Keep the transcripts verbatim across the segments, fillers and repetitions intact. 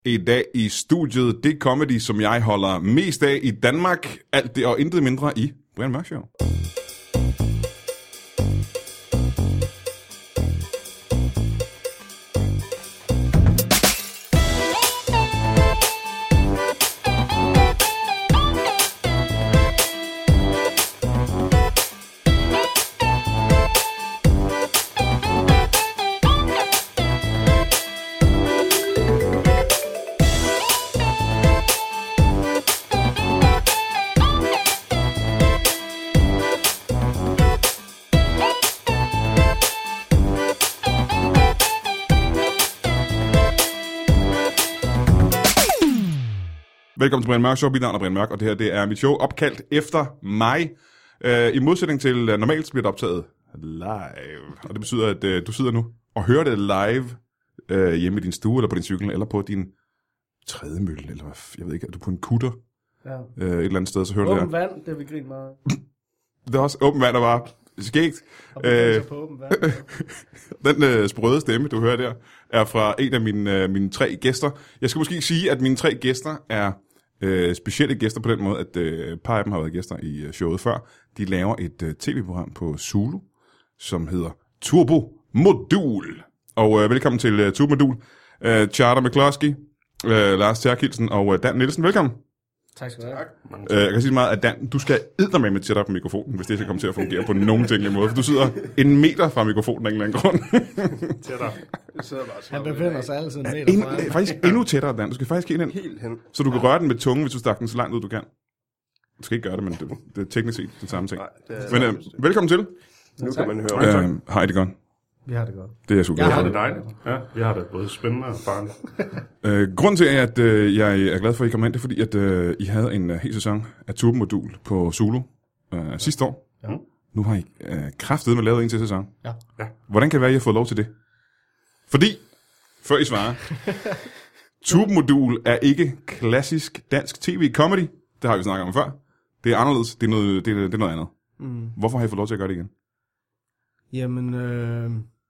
I dag i studiet, det comedy, som jeg holder mest af i Danmark. Alt det og intet mindre i Brian Mørk Show. Velkommen til Brian Mørk Show. Mit navn er Brian Mørk, og det her det er mit show opkaldt efter mig. Uh, I modsætning til uh, normalt bliver det optaget live. Og det betyder, at uh, du sidder nu og hører det live uh, hjemme i din stue, eller på din cykel, eller på din trædemølle, eller jeg ved ikke, er du på en kutter? Ja. Uh, et eller andet sted, så hører du det åben vand, det vil grine meget. Det er også åben vand, der var skægt. Og uh, på åben vand. Den uh, sprøde stemme, du hører der, er fra en af mine, uh, mine tre gæster. Jeg skal måske sige, at mine tre gæster er uh, specielle gæster på den måde, at uh, et par af dem har været gæster i uh, showet før. De laver et uh, tv-program på Zulu, som hedder Turbo Modul. Og uh, velkommen til uh, Turbo Modul. Uh, Charter McCloskey, uh, Lars Terkildsen og uh, Dan Nielsen. Velkommen. Tak skal du have. Uh, jeg kan sige meget, at Dan, du skal eddermame med tættere på mikrofonen, hvis det skal komme til at fungere på nogen tænkelig måde. For du sidder en meter fra mikrofonen af en eller anden grund. Tættere. Han befinder sig altid en meter en, fra. Faktisk endnu tættere, Dan. Du skal faktisk helt hen. Helt hen. Så du kan røre den med tungen, hvis du stak den så langt ud, du kan. Du skal ikke gøre det, men det, det er teknisk set den samme ting. Nej, men uh, velkommen til. Nu kan man høre. Uh, hej, det godt. Vi har det godt. Det er jeg super glad for. Vi har det dejligt. Ja, vi har det både spændende og farligt. uh, grunden til, at uh, jeg er glad for, at I kom ind, det er fordi, at uh, I havde en uh, hel sæson af Turbo Modul på Zulu uh, sidste år. Ja. Nu har I uh, kraftedeme lavet en til sæson. Ja. Ja. Hvordan kan det være, at I har fået lov til det? Fordi, før I svarer, Turbo Modul er ikke klassisk dansk tv-comedy. Det har vi snakket om før. Det er anderledes. Det er noget, det er, det er noget andet. Mm. Hvorfor har I fået lov til at gøre det igen? Jamen, øh...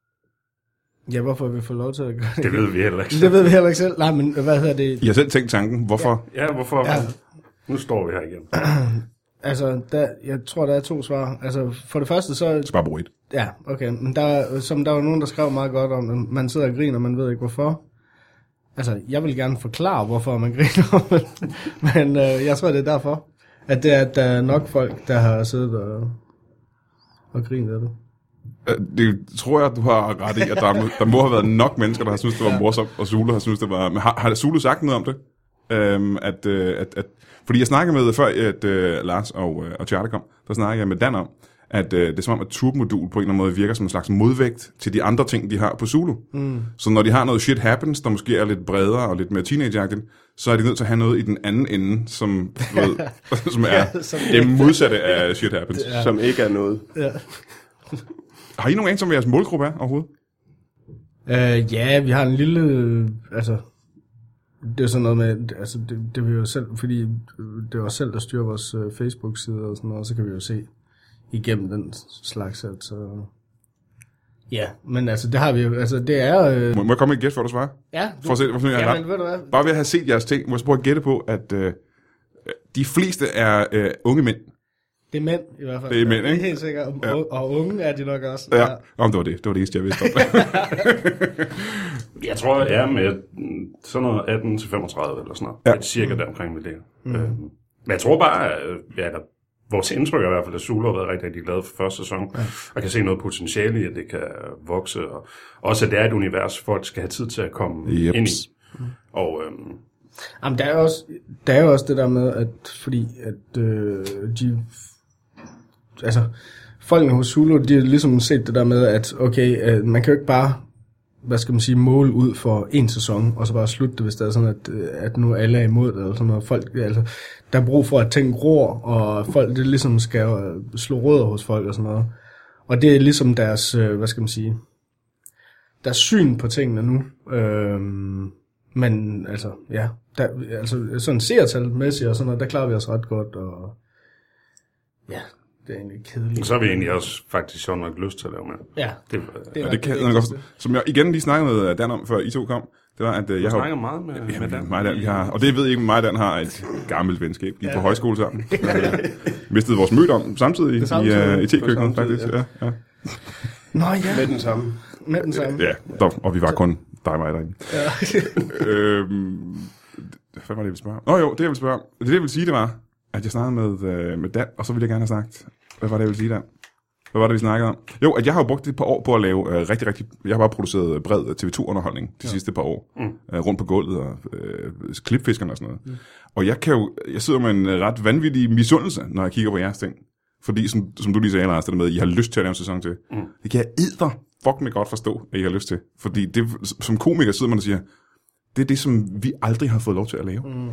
ja, hvorfor har vi fået lov til at gøre det? Det ved vi heller ikke. Det ved vi heller ikke selv. Nej, men hvad hedder det? I har selv tænkt tanken. Hvorfor? Ja, ja hvorfor? Ja. Nu står vi her igen. Altså, der, jeg tror, der er to svar. Altså, for det første så... Spar på et. Ja, okay. Men der, som der var nogen, der skrev meget godt om, at man sidder og griner, man ved ikke hvorfor. Altså, jeg vil gerne forklare, hvorfor man griner. Men øh, jeg tror, det er derfor. At det er, at der er nok folk, der har siddet og, og grinet af det. Det tror jeg, du har ret i, at der, må, der må have været nok mennesker, der har syntes, det var morsomt, og Zulu har syntes, det var... Men har, har Zulu sagt noget om det? Øhm, at, at, at, fordi jeg snakkede med, før at uh, Lars og, uh, og Charter kom, der snakkede jeg med Dan om, at uh, det er som om, at Turbo Modul på en eller anden måde virker som en slags modvægt til de andre ting, de har på Zulu. Mm. Så når de har noget shit happens, der måske er lidt bredere og lidt mere teenage-agtigt, så er de nødt til at have noget i den anden ende, som, ved, som er ja, som det modsatte af shit happens. Ja. Som ikke er noget. Ja. Har I nogen anelse om, hvad jeres målgruppe er overhovedet? Uh, ja, vi har en lille... Altså, det er sådan noget med... Altså, det, det er jo selv... Fordi det er os selv, der styrer vores uh, Facebook-side og sådan noget, og så kan vi jo se igennem den slags, at så... Ja, men altså, det har vi jo... Altså, det er... Uh... Må, må jeg komme med et gæt, før du svarer? Ja. Du... For at se, hvorfor jeg har ja, men ved du hvad? Bare ved at have set jeres ting, må jeg prøve at gætte på, at uh, de fleste er uh, unge mænd. Det er mænd, i hvert fald. Det er mænd, ikke? Det er helt sikkert. Og, ja. og unge er de nok også. Ja, ja. Om det var det. Det var det eneste, jeg vidste om. Jeg tror, jeg er med sådan noget atten til femogtredive eller sådan noget. Ja. Det er cirka der omkring med det. Mm. Øhm, men jeg tror bare, at ja, der, vores indtryk er i hvert fald, at Zulu har været rigtig, rigtig glad for første sæson. Ja. Og kan se noget potentiale i, at det kan vokse. Og også, at det er et univers, folk skal have tid til at komme yep. ind i. Mm. Og... Øhm, Jamen, der er, også, der er jo også det der med, at fordi at øh, de... Altså, folkene hos Zulu, de har ligesom set det der med, at okay, øh, man kan jo ikke bare, hvad skal man sige, måle ud for en sæson, og så bare slutte det, hvis det er sådan, at, at nu alle er imod det, eller sådan noget. Folk, altså, der er brug for at tænke gror, og folk, det ligesom skal slå rødder hos folk og sådan noget. Og det er ligesom deres, øh, hvad skal man sige, deres syn på tingene nu. Øh, men altså, ja, der, altså sådan seertalmæssigt og sådan noget, der klarer vi os ret godt, og ja, det er egentlig kedeligt. Så har vi egentlig også faktisk sjovt nok lyst til at lave med. Ja. Det, det, ja, det kan jeg godt. Som jeg igen lige snakkede med Dan om, før I to kom, Det var, at øh, Du jeg har... snakker meget med, Ja, med Dan. mig og Dan, vi har, og det ved jeg ikke, mig og Dan har et gammelt venskab. Vi er på højskole sammen. Vi mistede vores møde om samtidig i, uh, i te-køkkenet, faktisk. Ja. Ja, ja. Nå ja. Med den samme. Med den samme. Ja, der, og vi var kun dig og mig derinde. Ja. øhm, hvad var det, jeg ville spørge om? Nå jo, det jeg ville spørge om. Det, jeg ville sige, det var, at jeg snakkede med, øh, med Dan, og så ville jeg gerne have sagt, hvad var det, jeg ville sige, Dan? Hvad var det, vi snakkede om? Jo, at jeg har jo brugt et par år på at lave øh, rigtig, rigtig... Jeg har bare produceret bred T V to-underholdning de ja. sidste par år. Mm. Øh, rundt på gulvet og øh, klipfiskerne og sådan noget. Mm. Og jeg kan jo... Jeg sidder med en ret vanvittig misundelse, når jeg kigger på jeres ting. Fordi, som, som du lige sagde, Lars, det der med, at I har lyst til at lave en sæson til. Mm. Det kan jeg edder fuck mig godt forstå, at I har lyst til. Fordi det, som komiker sidder man og siger, det er det, som vi aldrig har fået lov til at lave. Mm.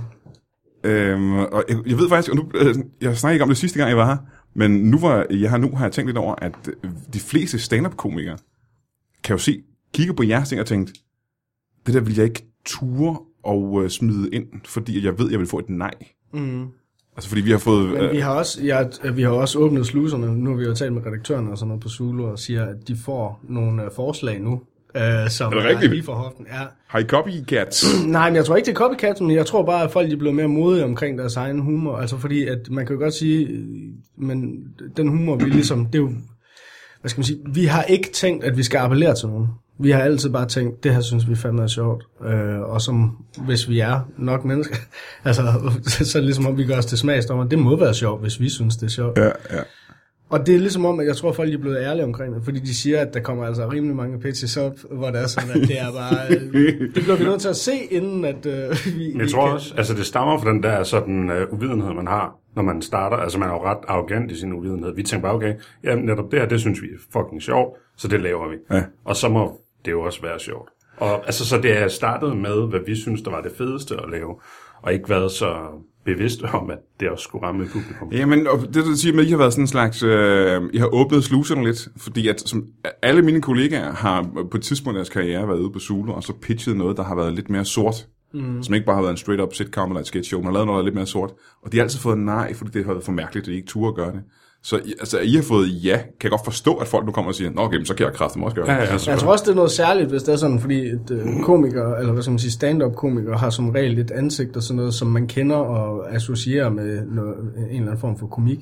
Øhm, og jeg, jeg ved faktisk... Og nu, øh, jeg snakkede ikke om det sidste gang, jeg var her. Men nu, var, jeg har, nu har jeg tænkt lidt over, at de fleste stand-up-komikere kan jo se, kigge på jeres ting og tænke, det der vil jeg ikke ture og uh, smide ind, fordi jeg ved, at jeg vil få et nej. Mm. Altså fordi vi har fået... Men vi har også, ja, vi har også åbnet sluserne. Nu har vi jo talt med redaktørerne og sådan noget på Zulu og siger, at de får nogle uh, forslag nu. Uh, som er det rigtigt? Lige for hoften. Ja. Har I copycats? Nej, men jeg tror ikke, det er copycats, men jeg tror bare, at folk er blevet mere modige omkring deres egen humor. Altså fordi, at man kan jo godt sige, men den humor, vi ligesom, det er jo, hvad skal man sige, vi har ikke tænkt, at vi skal appellere til nogen. Vi har altid bare tænkt, det her synes vi fandme er sjovt. Øh, og som, hvis vi er nok mennesker, altså, så er det ligesom om, vi gør os til smagsdommer. Det må være sjovt, hvis vi synes, det er sjovt. Ja, ja. Og det er ligesom om, at jeg tror, folk er blevet ærlige omkring det, fordi de siger, at der kommer altså rimelig mange pitches op, hvor det er sådan, at det er bare... det bliver vi nødt til at se, inden at øh, vi... Jeg tror kan... også, altså det stammer fra den der sådan uh, uvidenhed, man har, når man starter. Altså man er jo ret arrogant i sin uvidenhed. Vi tænker bare, okay, ja, netop det her, det synes vi er fucking sjovt, så det laver vi. Ja. Og så må det jo også være sjovt. Og altså, så det er startet med, hvad vi synes, der var det fedeste at lave, og ikke været så bevidst om, at det også skulle ramme publikum. Jamen, og det du siger med, at I har været sådan en slags, øh, I har åbnet sluserne lidt, fordi at som alle mine kollegaer har på et tidspunkt i deres karriere været ude på Zulu, og så pitchet noget, der har været lidt mere sort, mm. som ikke bare har været en straight-up sitcom eller et sketch show, men har lavet noget, der er lidt mere sort. Og de har altid fået nej, fordi det har været for mærkeligt, at de ikke turde gøre det. Så altså, I har fået ja, kan jeg godt forstå, at folk nu kommer og siger, nå okay, så kan jeg kraftigt også gøre det. Ja, ja, jeg tror også, det er noget særligt, hvis det er sådan, fordi et uh, komiker, eller hvad skal man sige, stand-up-komiker, har som regel et ansigt og sådan noget, som man kender og associerer med noget, en eller anden form for komik.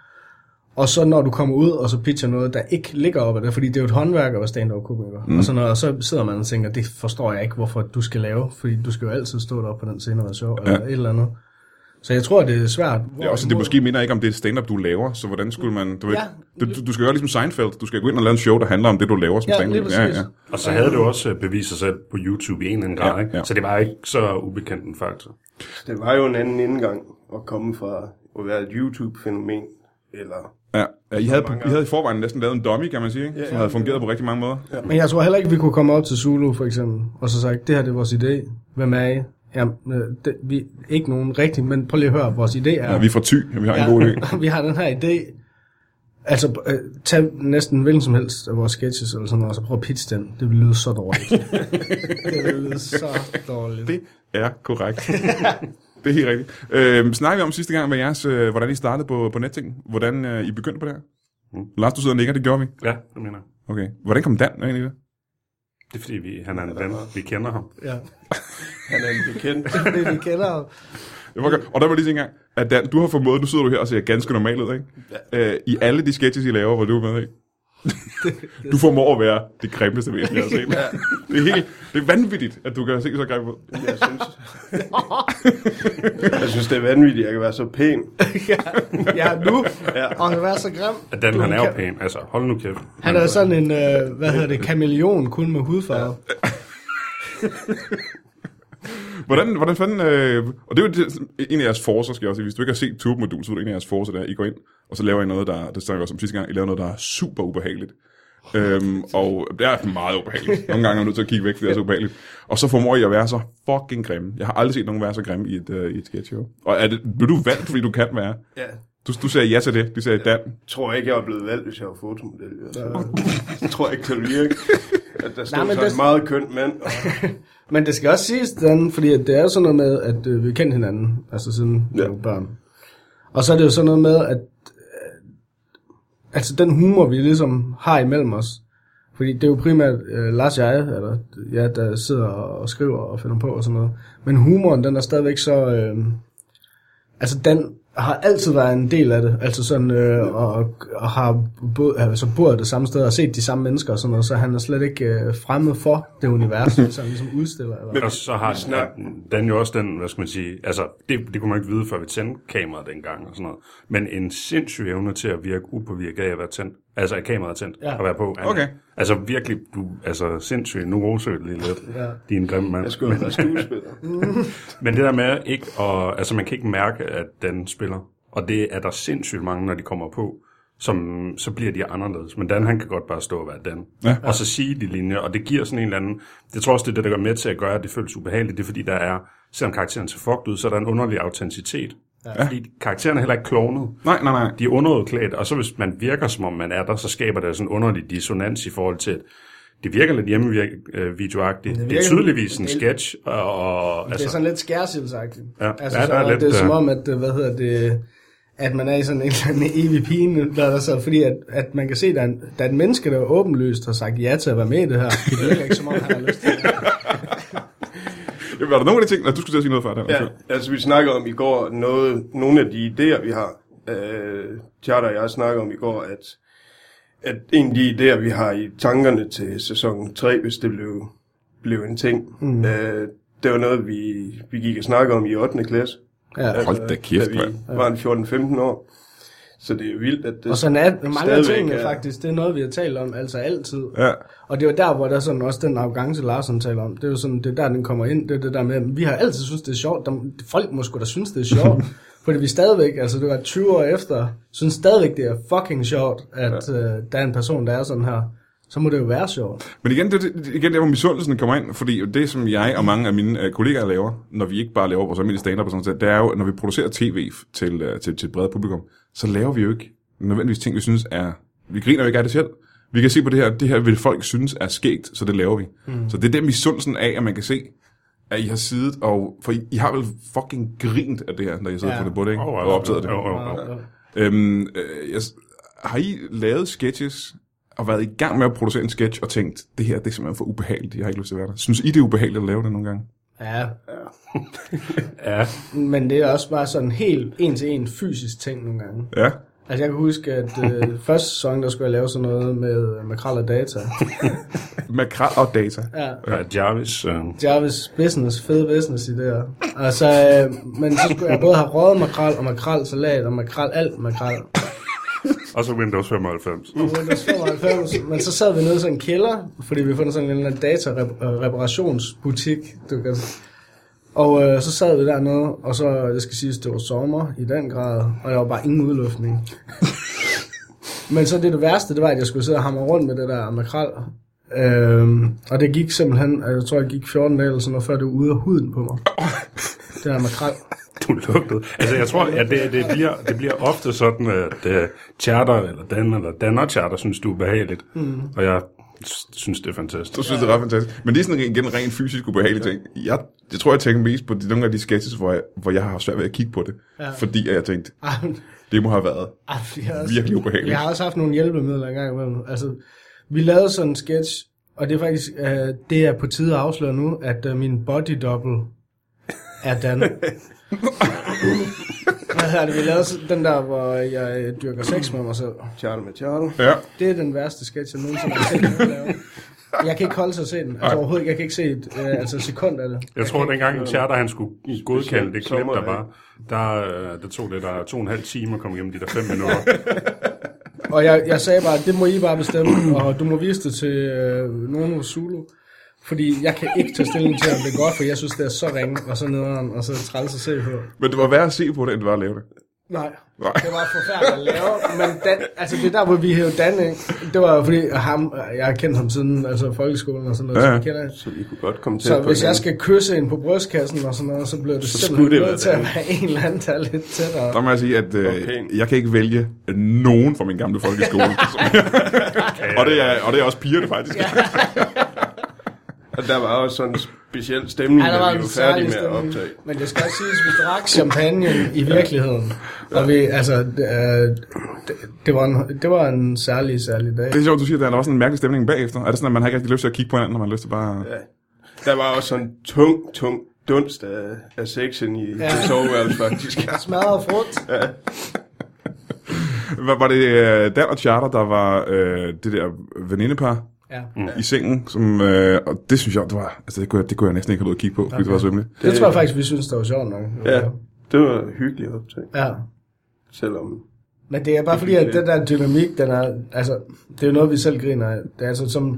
Og så når du kommer ud, og så pitcher noget, der ikke ligger op af det, fordi det er jo et håndværk at være stand-up-komiker. Mm. Og så, når, så sidder man og tænker, det forstår jeg ikke, hvorfor du skal lave, fordi du skal jo altid stå deroppe på den scene og være sjov, ja. Eller et eller andet. Så jeg tror, det er svært. Hvor, ja, også det måske minder ikke om det stand-up, du laver, så hvordan skulle man... Du, ja. du, du skal gøre ligesom Seinfeld, du skal gå ind og lave en show, der handler om det, du laver som ja, stand-up. Ja, ja. Og så havde du også beviset sig selv på YouTube i en eller anden grad, ja, ikke? Ja. Så det var ikke så ubekendt en faktor. Det var jo en anden indgang at komme fra at være et YouTube-fænomen, eller... Ja, ja I, havde, I havde i forvejen næsten lavet en dummy, kan man sige, ikke? Ja, som havde fungeret på rigtig mange måder. Ja. Men jeg tror heller ikke, vi kunne komme op til Zulu, for eksempel, og så sagt, det her det er vores idé. Hvem er I? Ja, det, vi ikke nogen rigtig, men prøv lige at høre, vores idé er... Ja, vi er fra Thy, vi har ja, en god idé. Vi har den her idé. Altså, tag næsten hvilken som helst af vores sketches, eller sådan noget, og så prøv at pitche den. Det vil lyde så dårligt. Det vil lyde så dårligt. Det er korrekt. Det er helt rigtigt. Øh, snakker vi om sidste gang med jeres, øh, hvordan I startede på, på netting? Hvordan øh, I begyndte på det her? Mm. Lars, du sidder og nikker, det gjorde vi? Ja, det mener jeg. Okay. Hvordan kom Dan ind i det? Det er fordi, vi, han er en ven. Vi kender ham. Ja. Han er en bekendt. Det er fordi, vi kender ham. Og der var lige en gang, at Dan, du har formået, du sidder du her og ser ganske normalt ud, ikke? Ja. Øh, I alle de sketches, I laver, hvor du er med, ikke? Du formår at være det grimmeste væsen, jeg har set. Ja. Det er helt, det er vanvittigt, at du kan se så grimt ud. Jeg synes, jeg synes, det er vanvittigt, at jeg kan være så pæn. ja, ja, nu. Ja. Og han kan være så grim. At Dan, han er jo pæn. Altså, hold nu kæft. Han er sådan en, øh, hvad hedder det, kameleon, kun med hudfarve. Ja. Hvordan, hvordan fanden... Øh, og det er jo det, en af jeres forser, skal jeg også sige. Hvis du ikke har set Tube-modul, så er det en af jeres forser, der I går ind, og så laver I noget, der... Det snakker også om sidste gang. I laver noget, der er super ubehageligt. Øhm, og det er meget ubehageligt. Nogle gange er jeg nødt til at kigge væk, fordi det er så ubehageligt. Og så formår I at være så fucking grimme. Jeg har aldrig set nogen være så grimme i et, uh, i et sketch-show. Og er det, blev du valgt, fordi du kan være? Ja. Du, du sagde ja til det. Du sagde Dan. Jeg tror ikke, jeg var blevet valgt, hvis jeg var fotomodel. Jeg tror ikke, det virker. At der stod så en meget kønt mand. Og... Men det skal også siges, Dan, fordi det er sådan noget med, at øh, vi kendte hinanden, altså siden vi ja. var børn. Og så er det jo sådan noget med, at øh, altså den humor, vi ligesom har imellem os, Fordi det er jo primært øh, Lars jeg, eller ja, der sidder og skriver og finder på og sådan noget. Men humoren, den er stadigvæk så... Øh, altså, den har altid været en del af det. Altså sådan, øh, og, og har bo, altså, boet det samme sted og set de samme mennesker og sådan noget. Så han er slet ikke øh, fremmed for det univers, så han ligesom udstiller. Eller. Men og så har den, den jo også den, hvad skal man sige... Altså, det, det kunne man ikke vide, før vi tændte kameraet dengang og sådan noget. Men en sindssyg evne til at virke upåvirket af at være tændt. Altså, at kameraet er tændt ja. og være på. Okay. Altså, virkelig, du... Altså, sindssygt. Nu roser det lige lidt. Ja. Din grimme mand. Jeg skulle være skuespiller. Men det der med ikke at... Altså, man kan ikke mærke, at den spiller. Og det er der sindssygt mange, når de kommer på, som, så bliver de anderledes. Men Dan, han kan godt bare stå og være Dan. Ja. Og så sige de linjer, og det giver sådan en eller anden... Jeg tror også, det er det, der gør med til at gøre, at det føles ubehageligt. Det er fordi, der er, selvom karakteren ser fucked ud, så er der en underlig autenticitet. Ja. Fordi karakteren er heller ikke klonet. Nej, nej, nej. De er underudklædt, og så hvis man virker, som om man er der, så skaber det sådan en underlig dissonans i forhold til... Det virker lidt hjemmevideoagtigt. Det, det er tydeligvis en sketch. Og, det altså, er sådan lidt skærsildsagtigt. Ja, altså, ja, så, der er lidt, det er som om, at, hvad hedder det, at man er i sådan en eller anden evig pine, der er så, fordi at, at man kan se, at der er, en, der er et menneske, der åbenlyst har sagt ja til at være med i det her. Det virker ikke som om, han har lyst til det. Var der nogle af de ting, når du skulle til at sige noget før? Der, ja, altså vi snakker om i går, noget, nogle af de idéer, vi har. Øh, Tjata og jeg snakker om i går, at at en af de idéer, vi har i tankerne til sæson tre, hvis det blev, blev en ting, mm. øh, det var noget, vi, vi gik og snakkede om i ottende klasse. Ja. Altså, hold da kæft, da vi var en fjorten femten år. Så det er jo vildt, at det og sådan er mange af tingene er... faktisk, det er noget, vi har talt om, altså altid. Ja. Og det er jo der, hvor der er sådan også den arrogance, Larsen taler om. Det er jo sådan, det er der, den kommer ind. Det er det der med, vi har altid synes det er sjovt. Der, folk må sgu da synes, det er sjovt. Fordi vi stadigvæk, altså det var tyve år efter, synes stadigvæk, det er fucking sjovt, at ja. øh, der er en person, der er sådan her. Så må det jo være sjovt. Men igen, det, det, igen der hvor misundelsen kommer ind, fordi det, som jeg og mange af mine øh, kollegaer laver, når vi ikke bare laver vores almindelige stand-up og sådan noget, det er jo, når vi producerer tv til, øh, til, til et bredt publikum, så laver vi jo ikke nødvendigvis ting, vi synes er... Vi griner jo ikke af det selv. Vi kan se på det her, det her vil folk synes er skægt, så det laver vi. Mm. Så det er den misundelsen af, at man kan se, at I har siddet og... For I, I har vel fucking grint af det her, når I sidder ja. på det både, ikke? Og optaget det. Oh, oh, oh. Øhm, øh, jeg, har I lavet sketches og været i gang med at producere en sketch og tænkt, det her det er simpelthen for ubehageligt, jeg har ikke lyst til at være der? Synes I, det er ubehageligt at lave det nogle gange? Ja. Ja. ja. Men det er også bare sådan helt en til en fysisk ting nogle gange. Ja. Altså jeg kan huske, at øh, første sæson, der skulle jeg lave sådan noget med makrel og data. Makrel og data? Ja. Ja, Jarvis. Uh... Jarvis business, fede business i det her. Altså, øh, men så skulle jeg både have røget makrel og makrel salat og makrel alt makrel. Og så Windows femoghalvfems. Og Windows femoghalvfems. Men så sad vi nede i sådan en kælder, fordi vi fandt sådan en eller anden data-reparationsbutik, du kan. Og øh, så sad vi dernede, og så, jeg skal sige, det var sommer i den grad, og der var bare ingen udluftning. Men så det, det værste, det var, at jeg skulle sidde og hamre rundt med det der makrel. Øhm, og det gik simpelthen, jeg tror, jeg gik fjorten dage eller sådan noget, før det var ude af huden på mig. Det der makrel. Du lugtede. Altså, jeg tror, at det, det, bliver, det bliver ofte sådan, at uh, Tjata eller Dan, eller Dan og Tjata synes, du er behageligt. Mm. Og jeg synes, det er fantastisk. Du synes, det er ret fantastisk. Men det er sådan igen en rent fysisk ubehagelig ting. Jeg, jeg tror, jeg tænker mest på de, nogle af de sketches, hvor jeg, hvor jeg har svært ved at kigge på det. Ja. Fordi jeg tænkte, det må have været også, virkelig ubehageligt. Jeg har også haft nogle hjælpemidler engang imellem. Altså, vi lavede sådan en sketch, og det er faktisk, uh, det er på tide at afsløre nu, at uh, min body double er Dan. Hvad hedder det? Vi lavede den der, hvor jeg dyrker sex med mig selv. Charlie med Charlie. Ja. Det er den værste sketch, jeg nogensinde har set nogen lave. Jeg kan ikke holde sig at se den. Altså overhovedet, jeg kan ikke se et uh, altså sekund af det. Jeg, jeg tror, dengang Tjata, han skulle godkalde det klip, der var, der, der tog det der to og en halv time at komme igennem de der fem minutter. Og jeg, jeg sagde bare, det må I bare bestemme, og du må vise det til uh, nogen hos Zulu. Fordi jeg kan ikke tage stilling til, om det er godt, for jeg synes, det er så ringe, og så nederen, og så træls at se på. Men det var værd at se på det, end det var at lave det? Nej, Nej. Det var forfærdeligt at lave, men Dan, altså det er der, hvor vi hævde Dan, ikke? Det var fordi, ham, jeg har kendt ham siden altså folkeskolen og sådan noget, ja. Så, kender, så vi kunne godt komme til så hvis jeg skal kysse en på brystkassen og sådan noget, så bliver det så simpelthen nødt til at være en eller anden, der er lidt tættere. Der må jeg sige, at øh, okay. jeg kan ikke vælge nogen fra min gamle folkeskole. og, det er, og det er også pigerne faktisk. Og der var også sådan speciel stemning, ja, da vi var færdige med at optage. Men det skal også siges, at vi drak champagne i virkeligheden. Og vi, altså, det, det, var en, det var en særlig, særlig dag. Det er sjovt, du siger, at der er også en mærkelig stemning bagefter. Er det sådan, at man har ikke rigtig lyst til at kigge på hinanden, når man har lyst til bare... Ja. Der var også sådan en tung, tung dunst af, af sexen i ja. soveværelset, faktisk. Smadret frugt. Ja. Var, var det Dan og Charter, der var øh, det der venindepar ja. i sengen? Som, øh, og det synes jeg, det var... Altså, det kunne jeg, det kunne jeg næsten ikke have noget at kigge på, fordi okay. det var sømmeligt. Det, det tror jeg faktisk, vi synes, det var sjovt nok. Ja, det var hyggeligt optag. Ja. Selvom... Men det er bare fordi, at den der dynamik, den er... Altså, det er jo noget, vi selv griner af. Det er altså som...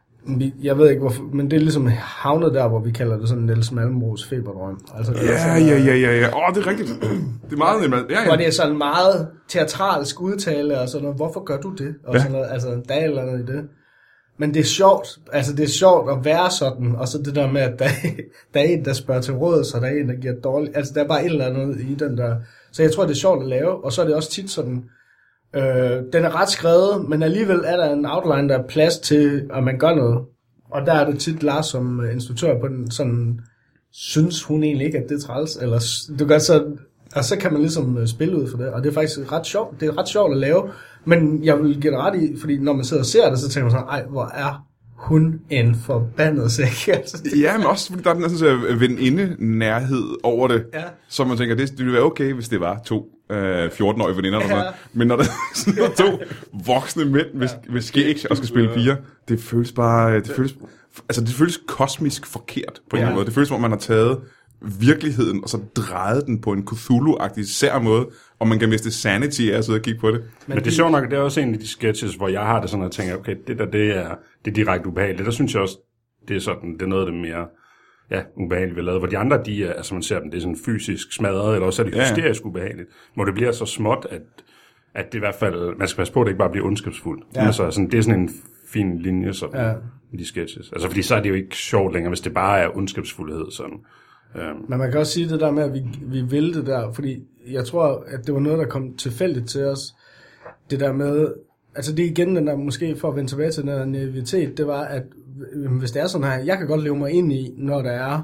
Jeg ved ikke hvorfor, men det er ligesom havnet der, hvor vi kalder det sådan Niels Malmros feberdrøm. Altså, ja, ja, ja, ja, ja. Åh, det er rigtigt. Det er meget nemt. Ja, ja. Hvor det er sådan meget teatralsk udtale og sådan noget. Hvorfor gør du det? Og ja. sådan noget. Altså, der er eller andet i det. Men det er sjovt. Altså, det er sjovt at være sådan. Og så det der med, at der, der er en, der spørger til råd, så der er en, der giver dårligt. Altså, der er bare et eller andet i den der. Så jeg tror, det er sjovt at lave. Og så er det også tit sådan... Øh, den er ret skrevet, men alligevel er der en outline, der er plads til, at man gør noget. Og der er det tit Lars som instruktør på den, sådan, synes hun egentlig ikke, at det er træls, eller du gør så, og så kan man ligesom spille ud for det, og det er faktisk ret sjovt, det er ret sjovt at lave, men jeg vil give det ret i, fordi når man sidder og ser det, så tænker man sådan, ej, hvor er hun en forbandet sæk. Altså, ja, men også fordi der er den sådan veninde-nærhed over det, ja. Så man tænker, det, det ville være okay, hvis det var to øh, fjorten-årige veninder, ja. Eller sådan, men når der er to voksne mænd med, ja. Med skæg og skal spille piger, det føles bare, det føles, altså det føles kosmisk forkert på en ja. Måde. Det føles som om man har taget virkeligheden og så drejet den på en Cthulhu-agtig sær måde, og man kan miste sanity af at sidde og kigge på det. Men, men det er sjovt nok, det er også en af de sketches, hvor jeg har det sådan, at tænke, okay, det der, det er, det er direkte ubehageligt. Der synes jeg også, det er sådan, det er noget af det mere, ja, ubehageligt vi har lavet. Hvor de andre, de er, altså man ser dem, det er sådan fysisk smadret, eller også er det ja. Hysterisk ubehageligt. Hvor det bliver så småt, at, at det i hvert fald, man skal passe på, at det ikke bare bliver ondskabsfuldt. Ja. Altså, sådan, det er sådan en fin linje, sådan, ja. De sketches. Altså, fordi så er det jo ikke sjovt længere, hvis det bare er ondskabsfuldhed, sådan. Um. Men man kan også sige det der med, at vi, vi ville det der, fordi jeg tror, at det var noget, der kom tilfældigt til os. Det der med, altså det igen, den der måske for at vende tilbage til den der naivitet, det var, at hvis det er sådan her, jeg kan godt leve mig ind i, når der er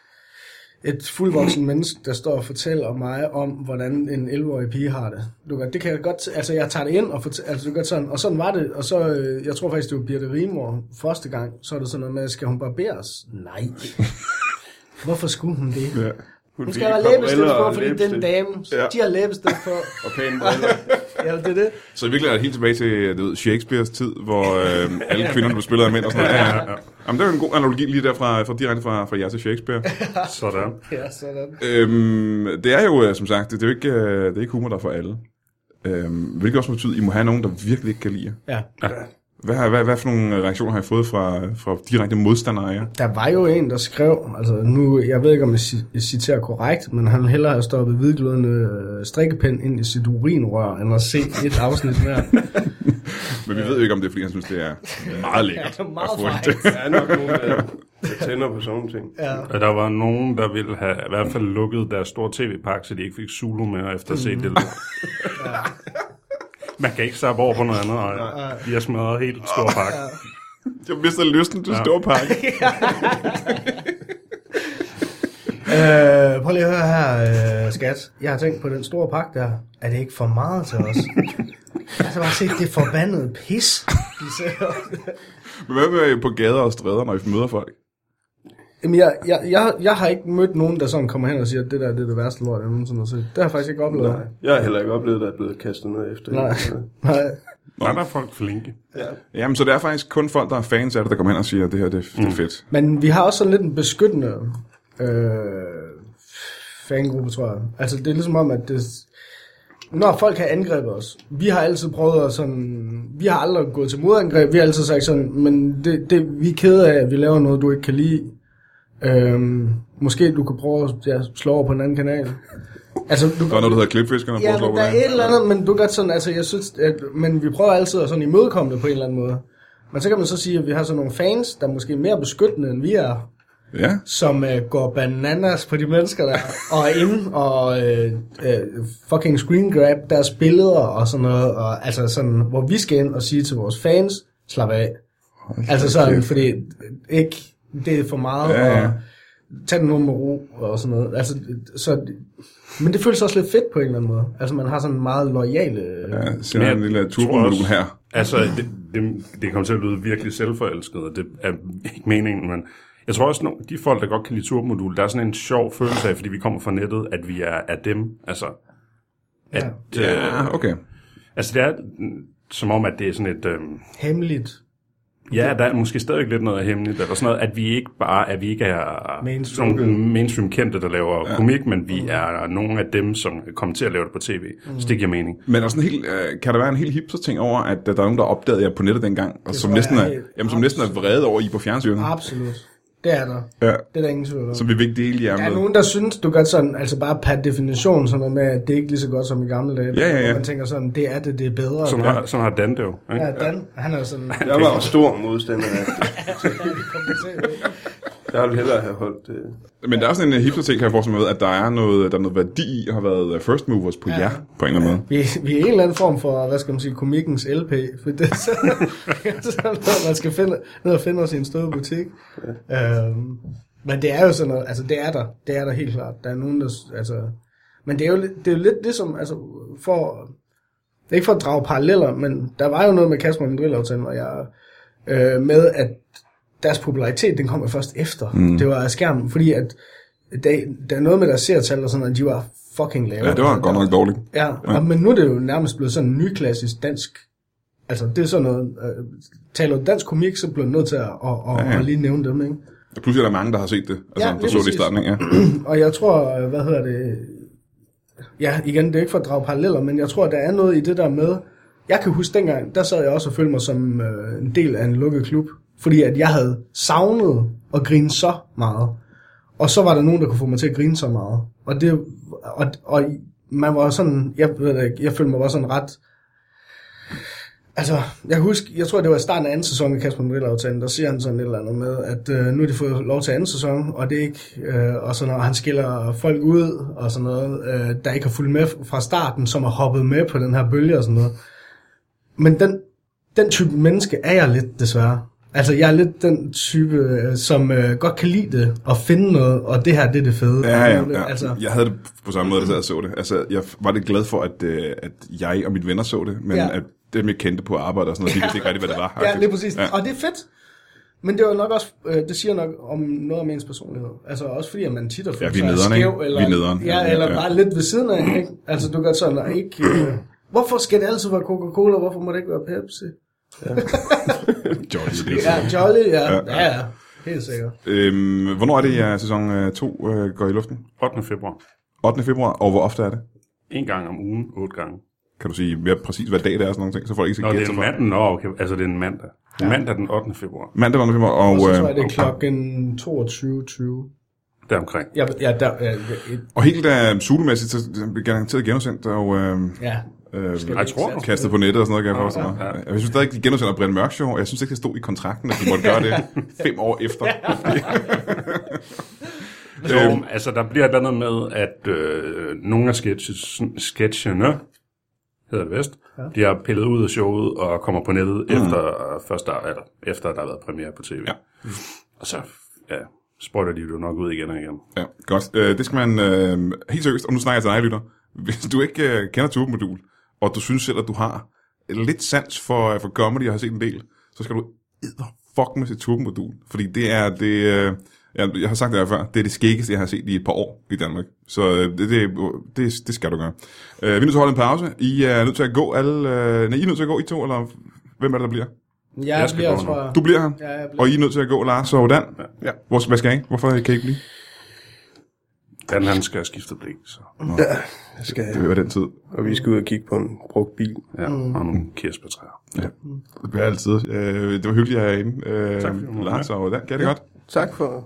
et fuldvoksen menneske, der står og fortæller mig om, hvordan en elleve-årig pige har det. Du kan, det kan jeg godt, altså jeg tager det ind og fortæller, altså du kan sådan, og sådan var det, og så, jeg tror faktisk, det var Birte Rimor første gang, så er det sådan noget med, skal hun barberes? Nej. Hvorfor skulle hun det? Ja. Hun, hun skal have læbestift på, fordi den dame, ja. De har læbestift på. Og pæne briller. Ja, det er det. Så virkelig er det helt tilbage til du ved, Shakespeares tid, hvor øh, alle kvinderne blev spillet af mænd og sådan noget. Ja, ja, ja. Jamen, det er jo en god analogi lige der fra, fra direkte fra, fra jer til Shakespeare. Sådan. Ja, sådan. Øhm, det er jo, som sagt, det er jo ikke, det er ikke humor, der er for alle. Øhm, hvilket også betyder, at I må have nogen, der virkelig ikke kan lide jer. Ja. Ja. Hvad, hvad, hvad for nogle reaktioner har I fået fra, fra direkte modstandere af jer? Der var jo en, der skrev, altså nu, jeg ved ikke, om jeg citerer korrekt, men han hellere har stoppet hvidglødende strikkepind ind i sit urinrør, end at se et afsnit mere. Men vi ved jo ikke, om det er, fordi han synes, det er meget lækkert. Ja, meget frækt. Der er nok nogen, der, der tænder på sådan ting. Ja. Og der var nogen, der ville have i hvert fald lukket deres store tv-pakke, så de ikke fik Zulu mere efter at se det. Ja. Man kan ikke sappe over på noget andet, og de har smadret helt stor pakke. Jeg mister lysten til ja. Stor pakke. øh, prøv lige at høre her, øh, skat. Jeg har tænkt på den store pakke der. Er det ikke for meget til os? Jeg har bare set det forbandede pis. Men hvad med på gader og stræder, når I møder folk? Jamen, jeg, jeg, jeg, jeg har ikke mødt nogen, der sådan kommer hen og siger, at det der det er det værste lort, jeg nogensinde har set. Det har jeg faktisk ikke oplevet. Nej, jeg har heller ikke oplevet, at der er blevet kastet noget efter. Nej, nej. Der er der folk flinke. Ja. Jamen, så det er faktisk kun folk, der er fans af det, der kommer hen og siger, at det her det, mm. det er fedt. Men vi har også sådan lidt en beskyttende øh, fangruppe, tror jeg. Altså, det er ligesom om, at det, når folk har angrebet os, vi har altid prøvet at sådan, vi har aldrig gået til modangreb, vi har altid sagt sådan, men det, det, vi er kede af, at vi laver noget, du ikke kan lide. Øhm, måske du kan prøve at ja, slå over på en anden kanal. Altså, du, der er noget, der hedder klipfiskerne. Ja, men der er et eller andet, men du kan sådan, altså jeg synes, at, men vi prøver altid at sådan imødekomme det på en eller anden måde. Men så kan man så sige, at vi har sådan nogle fans, der er måske mere beskyttende, end vi er. Ja. Som uh, går bananas på de mennesker der, og er inde og uh, uh, fucking screen grab deres billeder og sådan noget, og altså sådan, hvor vi skal ind og sige til vores fans, slap af. Okay. Altså sådan, fordi ikke, det er for meget, ja, ja. Og tag den nu med ro og sådan noget. Altså, så, men det føles også lidt fedt på en eller anden måde. Altså, man har sådan en meget loyale... Ja, så en lille turbomodul her. Altså, det, det, det kommer til at lyde virkelig selvforelsket, og det er ikke meningen, men jeg tror også, at de folk, der godt kan lide turbomodul, der er sådan en sjov følelse af, fordi vi kommer fra nettet, at vi er af dem. Altså, at, ja. ja, okay. Altså, det er som om, at det er sådan et... Øhm, hemmeligt. Ja, der er måske stadig lidt noget hemmeligt, eller sådan noget, at vi ikke bare at vi ikke er mainstream, nogle mainstream kendte, der laver ja. komik, men vi mm. er nogle af dem, som kommer til at lave det på tv. Mm. Så det giver mening. Men også en helt, øh, kan der være en helt hipster ting over, at der er nogen, der opdagede jer på nettet dengang, og som næsten, er, jamen, som næsten er vrede over I på fjernsynet? Absolut. Det er der. Ja. Det er der ingen tvivl om. Som vi vil dele jer med. Der er nogen, der synes, du gør sådan, altså bare per definition, sådan noget med, at det er ikke lige så godt som i gamle dage. Ja, ja, ja. Man tænker sådan, det er det, det er bedre. Sådan har, sådan har Dan det jo. Ikke? Ja, Dan, han er sådan... Jeg var jo stor modstander af det. Jeg ville hellere have holdt det. Men der er også en hipster ting, kan jeg forestille mig, at der er noget, der er noget værdi i at have været first movers på ja. jer, på en eller anden måde. Vi, vi er en eller anden form for, hvad skal man sige, komikkens L P, for det er sådan noget, man skal finde, ned og finde os i en stor butik. Ja. Øhm, men det er jo sådan noget, altså det er der, det er der helt klart. Der er nogen, der, altså, men det er jo, det er jo lidt ligesom, altså, for, det er ikke for at drage paralleller, men der var jo noget med Kasper og Drillaftalen, og jeg, øh, med at deres popularitet, den kom jo først efter. Mm. Det var skærmen, fordi at der, der er noget med deres seertal og sådan, at de var fucking lave. Ja, det var godt nok dårligt. Ja, ja. Og, men nu er det jo nærmest blevet sådan en nyklassisk dansk, altså det er sådan noget, øh, taler dansk komik, så bliver nødt til at, at, at, ja, ja. at lige nævne dem, ikke? Og pludselig er der mange, der har set det, altså ja, der så det i starten, ja. Og jeg tror, hvad hedder det, ja, igen, det er ikke for at drage paralleller, men jeg tror, der er noget i det der med, jeg kan huske dengang, der sad jeg også og følte mig som øh, en del af en lukket klub, fordi at jeg havde savnet at grine så meget. Og så var der nogen, der kunne få mig til at grine så meget. Og det og, og man var sådan, jeg ved ikke, jeg følte mig bare sådan ret. Altså, jeg kan huske, jeg tror det var i starten af anden sæson i Kasper Drillaftalen, der siger han sådan et eller andet med, at øh, nu er de fået lov til anden sæson, og det er ikke, øh, og sådan noget, han skiller folk ud, og sådan noget, øh, der ikke har fulgt med fra starten, som har hoppet med på den her bølge og sådan noget. Men den, den type menneske er jeg lidt, desværre. Altså, jeg er lidt den type, som øh, godt kan lide det, og finde noget, og det her, det er det fede. Ja, ja, ja. Altså, jeg havde det på samme måde, da jeg så det. Altså, jeg var lidt glad for, at, øh, at jeg og mine venner så det, men ja. at dem, jeg kendte på arbejde og sådan noget, de vidste ikke rigtig, hvad det var. Ja, lige præcis. Ja. Og det er fedt. Men det var nok også, øh, det siger nok om noget om ens personlighed. Altså også fordi, at man tit og føler ja, sig skæv, eller, vi er nederen. Ja, ja, eller ja. bare lidt ved siden af, ikke? Altså, du gør sådan, og ikke... Øh, hvorfor skal det altid være Coca-Cola, hvorfor må det ikke være Pepsi? Ja. Jolly. Ja, Jolly, ja. Ja, ja, ja. Helt sikkert. Øhm, hvornår er det, at sæson to øh, går i luften? ottende februar. ottende februar, og hvor ofte er det? En gang om ugen, otte gange. Kan du sige mere præcis, hvad dag det er, sådan nogle ting, så folk ikke skal gætte sig for? Nå, det er en mandag. Nå, okay. Altså, det er en mandag. Ja. Mandag den ottende februar. Mandag den ottende februar, og... Og så tror jeg, det er øh, klokken toogtyve tyve. Deromkring. Ja, ja, der, ja, ja. Og helt uh, Zulu-mæssigt, så bliver garanteret genudsendt, og... Uh, ja. Øh, jeg tror, kastet på nettet og sådan noget, kan jeg forestille mig. Ja, ja. Jeg synes stadig, de genudsender Brian Mørk Show, og jeg synes ikke, det stod i kontrakten, at de måtte gøre det fem år efter. Så, øhm, altså, der bliver et eller andet med, at øh, nogle af sketches, sketchene, hedder det vist, ja. de har pillet ud af showet og kommer på nettet mm. efter, først der, eller, efter, at der har været premiere på tv. Ja. Mm. Og så ja, spoiler de jo nok ud igen og igen. Ja, godt. Øh, det skal man øh, helt seriøst, og nu snakker jeg til dig, lytter. Hvis du ikke øh, kender Turbomodul, og du synes selv, at du har lidt sans for, for comedy og har set en del, så skal du edderfuck med sit Turbomodul. Fordi det er det... Øh, jeg, jeg har sagt det her før, det er det skæggeste, jeg har set i et par år i Danmark. Så øh, det, det, det, det skal du gøre. Øh, vi er nødt til at holde en pause. I er nødt til at gå alle... Øh, nej, I er nødt til at gå, I to, eller hvem er det, der bliver? Jeg, jeg bliver, tror jeg. Du bliver her? Ja, jeg bliver. Og I er nødt til at gå, Lars og Dan? Ja. Ja. Hvor, hvad skal I? Hvorfor kan I ikke blive? Dan, han skal skifte blik, så... Ja, jeg skal det var den tid. Og vi skal ud og kigge på en brugt bil. Ja, mm. og nogle kirsebærtræer. Ja, det bliver altid. Øh, det var hyggeligt at have herinde. Øh, tak for Lars og Dan, kan det ja. godt? Tak for...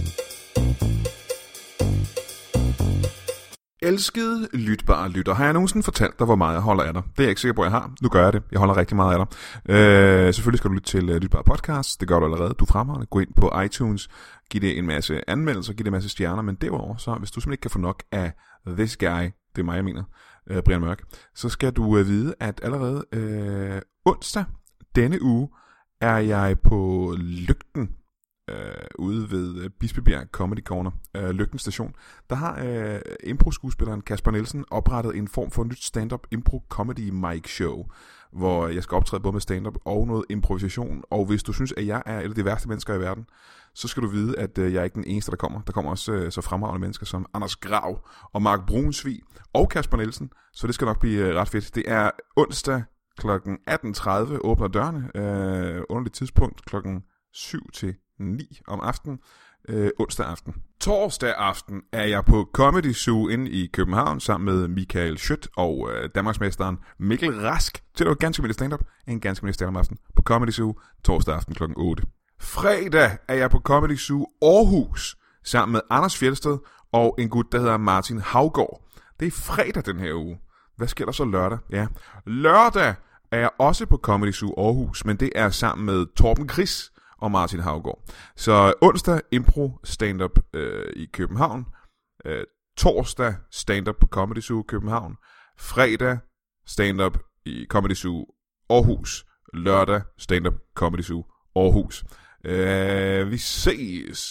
Elskede lytbare lytter. Har jeg nogensinde fortalt dig, hvor meget jeg holder af dig? Det er jeg ikke sikker på, at jeg har. Nu gør jeg det. Jeg holder rigtig meget af dig. Øh, selvfølgelig skal du lytte til uh, Lytbare Podcast. Det gør du allerede. Du er fremragende. Gå ind på iTunes. Giv det en masse anmeldelser. Giv det en masse stjerner. Men derudover, så hvis du simpelthen ikke kan få nok af this guy, det er mig, jeg mener, uh, Brian Mørk, så skal du uh, vide, at allerede uh, onsdag denne uge er jeg på Lygten øh, ude ved øh, Bispebjerg Comedy Corner, øh, Lygten Station, der har øh, impro-skuespilleren Kasper Nielsen oprettet en form for nyt stand-up impro-comedy mic show, hvor jeg skal optræde både med stand-up og noget improvisation. Og hvis du synes, at jeg er et af de værste mennesker i verden, så skal du vide, at øh, jeg er ikke den eneste, der kommer. Der kommer også øh, så fremragende mennesker som Anders Grav og Mark Brunsvig og Kasper Nielsen, så det skal nok blive øh, ret fedt. Det er onsdag klokken atten tredive åbner dørene, øh, underligt tidspunkt klokken syv til ni om aftenen, øh, onsdag aften. Torsdag aften er jeg på Comedy Zoo inde i København sammen med Michael Schødt og øh, Danmarksmesteren Mikkel Rask til et ganske mildt stand-up, en ganske mildt stand-up aften på Comedy Zoo torsdag aften klokken otte. Fredag er jeg på Comedy Zoo Aarhus sammen med Anders Fjeldsted og en gut, der hedder Martin Havgård. Det er fredag den her uge. Hvad sker der så lørdag? Ja, lørdag er jeg også på Comedy Zoo Aarhus, men det er sammen med Torben Chris og Martin Havgård. Så onsdag impro stand-up øh, i København, øh, torsdag stand-up på Comedy Zoo København, fredag stand-up i Comedy Zoo Aarhus, lørdag stand-up Comedy Zoo Aarhus. Øh, vi ses!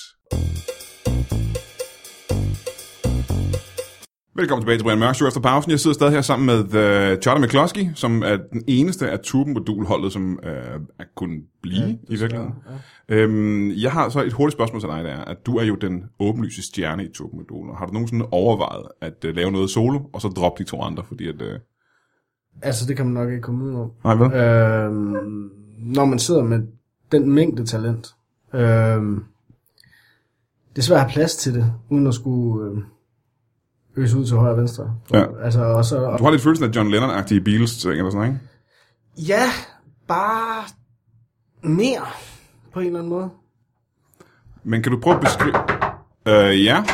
Velkommen tilbage til Brian Mørk Show efter pausen. Jeg sidder stadig her sammen med uh, Charlie McCloskey, som er den eneste af Turbo-modulholdet, som uh, er kunnet blive ja, i virkeligheden. Ja. Øhm, jeg har så et hurtigt spørgsmål til dig, der er, at du er jo den åbenlyse stjerne i Turbo-moduler. Har du nogensinde overvejet at uh, lave noget solo, og så droppe de to andre, fordi at... Uh... Altså, det kan man nok ikke komme ud om. Nej, hvad? Øhm, når man sidder med den mængde talent. Øhm, det er svært at have plads til det, uden at skulle... Øh, øse ud til højre og venstre. Ja. Altså, og så, og... Du har lidt følelsen af John Lennon-agtige Beatles, eller sådan, ikke? Ja, bare mere, på en eller anden måde. Men kan du prøve at beskrive... Øh, ja.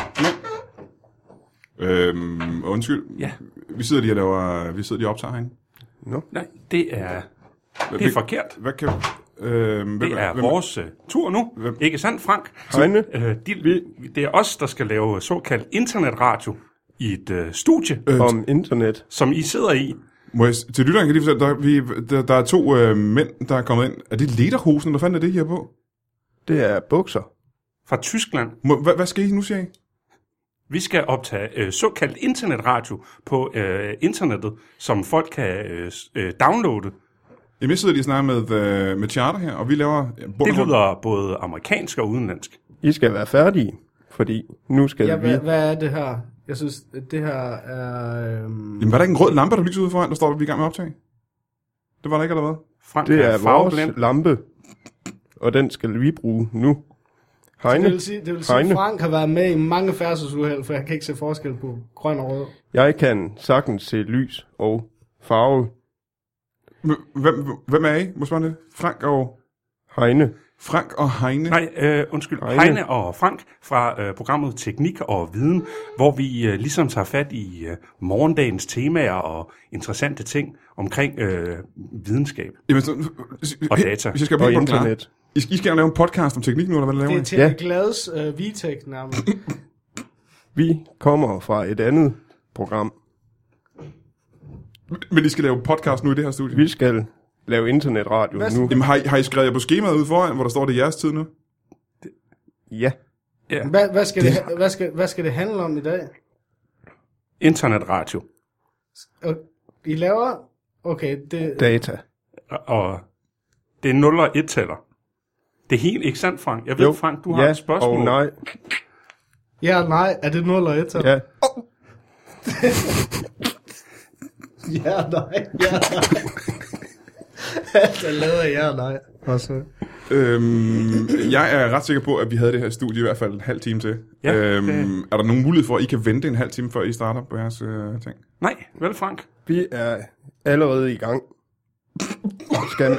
Øhm, undskyld. Ja. Vi sidder lige og laver... Vi sidder lige og optager herinde. No. Nej, det er... Det er forkert. Hvad kan... Øh, hvem, det er hvem, vores uh, tur nu. Hvem? Ikke sandt, Frank? Heine. Uh, de, det er os, der skal lave såkaldt internetradio i et uh, studie. Øh, om internet. Som I sidder i. Må jeg, til lytteren kan lige fortælle, der, vi, der, der er to øh, mænd, der er kommet ind. Er det lederhosen, der fandt er det her på? Det er bukser. Fra Tyskland. Må, hvad, hvad skal I nu, siger I? Vi skal optage øh, såkaldt internetradio på øh, internettet, som folk kan øh, downloade. Jamen, jeg sidder lige og snakker med, øh, med Charter her, og vi laver... Ja, det lyder både amerikansk og udenlandsk. I skal være færdige, fordi nu skal ja, vi... Hvad, hvad er det her? Jeg synes, det her er... Øhm... Jamen, var der ikke en rød lampe, der lyser ude foran, der står, at vi er i gang med at optage? Det var der ikke, eller hvad? Frank det er, er vores farveblind. lampe, og den skal vi bruge nu. Heine. Det vil sige, det vil sige at Frank har været med i mange færdselsuheld, for jeg kan ikke se forskel på grøn og rød. Jeg kan sagtens se lys og farve. Hvem, hvem er I? Må spørge det? Frank og... Heine. Frank og Heine? Nej, øh, undskyld. Heine. Heine og Frank fra øh, programmet Teknik og Viden, hvor vi øh, ligesom tager fat i øh, morgendagens temaer og interessante ting omkring øh, videnskab. Jamen, så, og data. Hvis jeg skal og internet. I skal, I skal lave en podcast om teknik nu, eller hvad laver I? Det er til ja. Glads øh, Vitek nærmest. Vi kommer fra et andet program. Men I skal lave podcast nu i det her studie? Vi skal lave internetradio hvad, nu. Jamen, har I, har I skrevet jer på skemaet ude foran, hvor der står, det er jeres tid nu? Ja. ja. Hvad, hvad, skal det, hvad, skal, hvad skal det handle om i dag? Internetradio. Og I laver... Okay, det... Data. Og det er nul og et-taller. Det er helt ikke sandt, Frank. Jeg ved, jo. Frank, du har ja, et spørgsmål. og nej. Ja, nej. Er det nul og et-tal? Ja. Oh. ja, nej. Ja, nej. Der laver jeg ja, nej. Også. Øhm, jeg er ret sikker på, at vi havde det her studie i hvert fald en halv time til. Ja, øhm, det... Er der nogen mulighed for, at I kan vente en halv time, før I starter på jeres øh, ting? Nej, vel Frank? Vi er allerede i gang. Skal...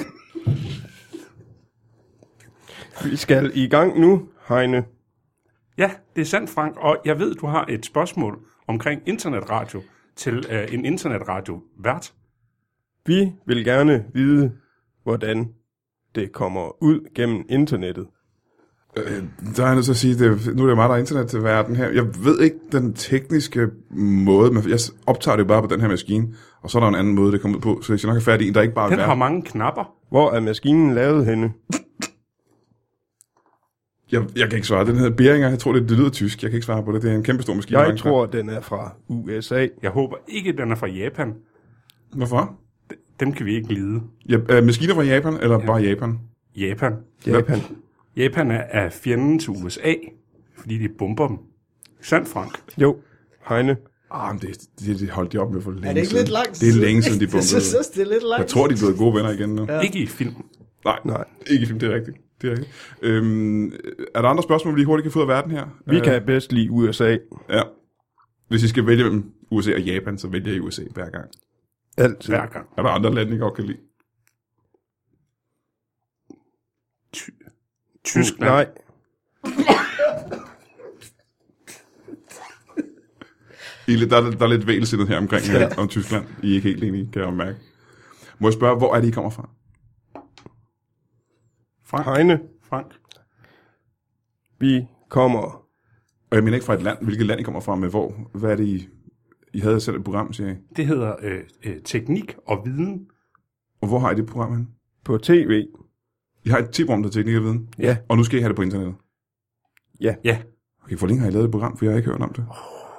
Vi skal i gang nu, Heine. Ja, det er sandt, Frank. Og jeg ved, du har et spørgsmål omkring internetradio til øh, en internetradio-vært. Vi vil gerne vide, hvordan det kommer ud gennem internettet. Øh, der er jeg nødt til at sige, det, nu er det meget der internet til verden her. Jeg ved ikke den tekniske måde, men jeg optager det jo bare på den her maskine, og så er der en anden måde, det kommer ud på, så jeg skal nok have fat i en, der ikke bare den er har mange knapper. Hvor er maskinen lavet henne? Jeg, jeg kan ikke svare. Den hedder Beringer. Jeg tror, det, det lyder tysk. Jeg kan ikke svare på det. Det er en kæmpe stor maskine. Jeg tror, den er fra U S A. Jeg håber ikke, den er fra Japan. Hvorfor? Dem kan vi ikke lide. Ja, øh, maskiner fra Japan, eller ja. bare Japan? Japan. Japan. Japan er, er fjenden til U S A, fordi de bomber dem. Sandt, Frank? Jo, Heine. Ah, men det, det, det holdt de op med for længe Er det ikke siden. lidt lang Det er længe siden, de bombede. Jeg synes også, det er lidt lang Jeg tror, de er blevet gode venner igen nu. Ja. Ikke i film. Nej, Nej, ikke i film, det er rigtigt. Det er, rigtigt. Øhm, er der andre spørgsmål, vi lige hurtigt kan få ud af verden her? vi uh, kan bedst lide U S A. Ja. Hvis I skal vælge mellem U S A og Japan, så vælger I U S A hver gang. Altid. Hver gang. Er der andre lande, I godt kan lide? Ty- Tyskland. Nej. I, der, er, der er lidt vælsindet her omkring ja. om Tyskland. I er ikke helt enige, kan jeg mærke. Må jeg spørge, hvor er det, I kommer fra? Frank. Heine. Frank. Vi kommer... Og jeg mener ikke fra et land. Hvilket land I kommer fra, men hvor? Hvad er det, I, I havde selv et program, siger I? Det hedder øh, øh, teknik og viden. Og hvor har I det program hen? på tv. I har et tv-program, der er teknik og viden? Ja. Og nu skal I have det på internettet? Ja. Ja. Okay, hvor længe har I lavet et program? For jeg har ikke hørt om det.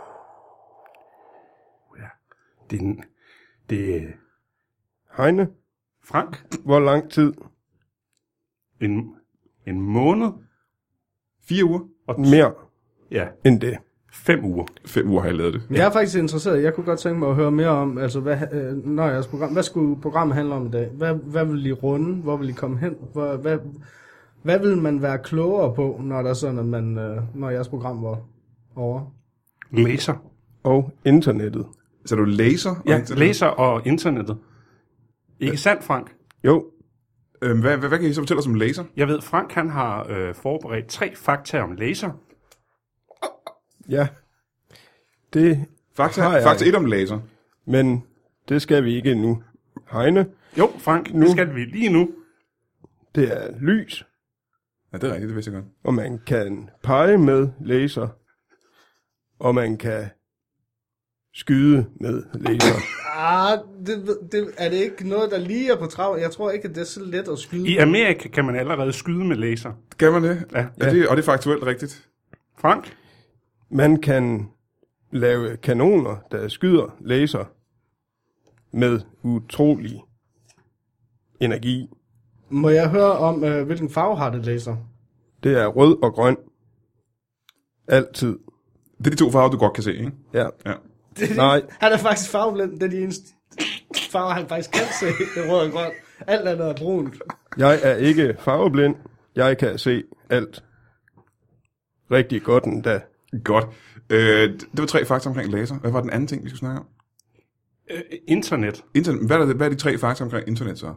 Ja. Det er... en- Det er... Heine, Frank. hvor lang tid? En, en måned. Fire uger? Og Mere Ja, end det. fem uger. Fem uger har jeg lavet det. Jeg er faktisk interesseret. Jeg kunne godt tænke mig at høre mere om, altså, hvad, øh, når jeres program, hvad skulle programmet handle om i dag? Hvad, hvad vil I runde? Hvor vil I komme hen? Hvor, hvad, hvad vil man være klogere på, når der er sådan, at man, øh, når jeres program var over? Laser. Og internettet. Så er du laser? og Ja, internet? laser og internettet. Ikke sandt, Frank? Jo, Øhm, hvad, hvad, hvad kan I så fortælle os om laser? Jeg ved, Frank han har øh, forberedt tre fakta om laser. ja. Det Fakta, har jeg. fakta et om laser. Men det skal vi ikke nu. Heine, Jo, Frank, nu Nu. skal vi lige nu. det er lys, Ja, det er rigtigt, det vidste jeg godt. og man kan pege med laser, og man kan skyde med laser. Ah, det, det, er det ikke noget, der lige er på trav? Jeg tror ikke, at det er så let at skyde. I Amerika kan man allerede skyde med laser. Kan man det? Ja. ja. Det, og det er faktuelt rigtigt. Frank? Man kan lave kanoner, der skyder laser med utrolig energi. Må jeg høre om, øh, hvilken farve har det laser? Det er rød og grøn. Altid. Det er de to farver, du godt kan se, ikke? Ja. Ja. Det er Nej. Han er faktisk farveblind. Det er de eneste farver, han faktisk kan se. Det er rød og grøn. Alt andet er brunt. Jeg er ikke farveblind. Jeg kan se alt. Rigtig godt endda. Godt. Øh, det var tre fakta omkring laser. Hvad var den anden ting, vi skulle snakke om? Øh, internet. Internet. Hvad er, det, hvad er de tre fakta omkring internet så?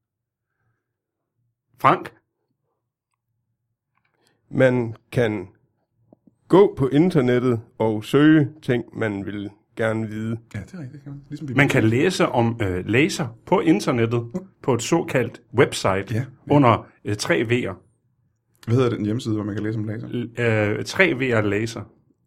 Frank? Man kan gå på internettet og søge ting, man vil gerne vide. Ja, det er rigtigt. Kan man. Ligesom vi Man kan læse om øh, laser på internettet på et såkaldt website Ja. under øh, tre V'er. Hvad hedder den hjemmeside, hvor man kan læse om laser? L- øh, tre V'er laser.